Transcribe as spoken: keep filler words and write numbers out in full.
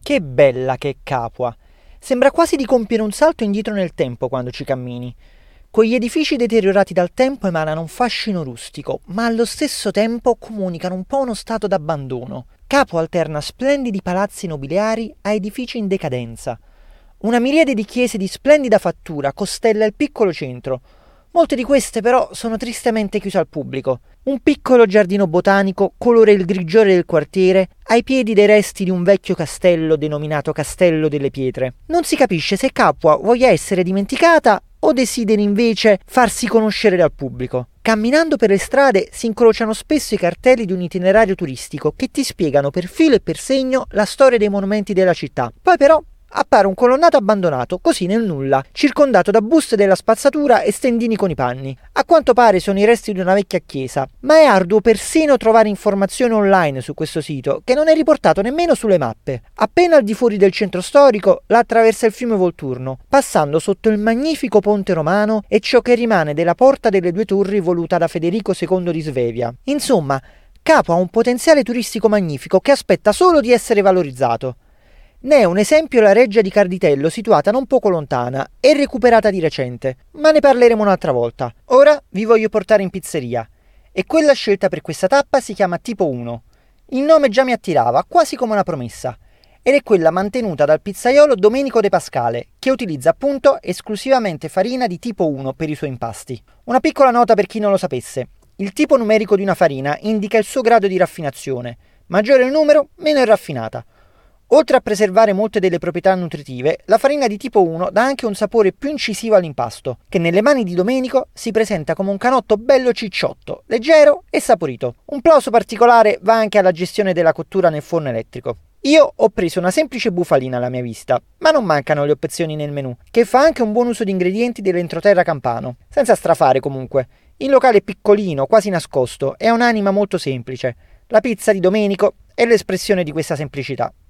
Che bella che è Capua! Sembra quasi di compiere un salto indietro nel tempo quando ci cammini. Quegli edifici deteriorati dal tempo emanano un fascino rustico, ma allo stesso tempo comunicano un po' uno stato d'abbandono. Capua alterna splendidi palazzi nobiliari a edifici in decadenza. Una miriade di chiese di splendida fattura costella il piccolo centro. Molte di queste però sono tristemente chiuse al pubblico. Un piccolo giardino botanico colora il grigiore del quartiere ai piedi dei resti di un vecchio castello denominato Castello delle Pietre. Non si capisce se Capua voglia essere dimenticata o desideri invece farsi conoscere dal pubblico. Camminando per le strade si incrociano spesso i cartelli di un itinerario turistico che ti spiegano per filo e per segno la storia dei monumenti della città. Poi però appare un colonnato abbandonato, così nel nulla, circondato da buste della spazzatura e stendini con i panni. A quanto pare sono i resti di una vecchia chiesa, ma è arduo persino trovare informazioni online su questo sito, che non è riportato nemmeno sulle mappe. Appena al di fuori del centro storico, la attraversa il fiume Volturno, passando sotto il magnifico ponte romano e ciò che rimane della Porta delle Due Torri voluta da Federico secondo di Svevia. Insomma, Capua ha un potenziale turistico magnifico che aspetta solo di essere valorizzato. Ne è un esempio la reggia di Carditello, situata non poco lontana e recuperata di recente, ma ne parleremo un'altra volta. Ora vi voglio portare in pizzeria, e quella scelta per questa tappa si chiama Tipo uno. Il nome già mi attirava, quasi come una promessa, ed è quella mantenuta dal pizzaiolo Domenico De Pascale, che utilizza appunto esclusivamente farina di tipo uno per i suoi impasti. Una piccola nota per chi non lo sapesse: il tipo numerico di una farina indica il suo grado di raffinazione, maggiore il numero, meno è raffinata. Oltre a preservare molte delle proprietà nutritive, la farina di tipo uno dà anche un sapore più incisivo all'impasto, che nelle mani di Domenico si presenta come un canotto bello cicciotto, leggero e saporito. Un plauso particolare va anche alla gestione della cottura nel forno elettrico. Io ho preso una semplice bufalina alla mia vista, ma non mancano le opzioni nel menù, che fa anche un buon uso di ingredienti dell'entroterra campano, senza strafare comunque. Il locale è piccolino, quasi nascosto, e ha un'anima molto semplice. La pizza di Domenico è l'espressione di questa semplicità.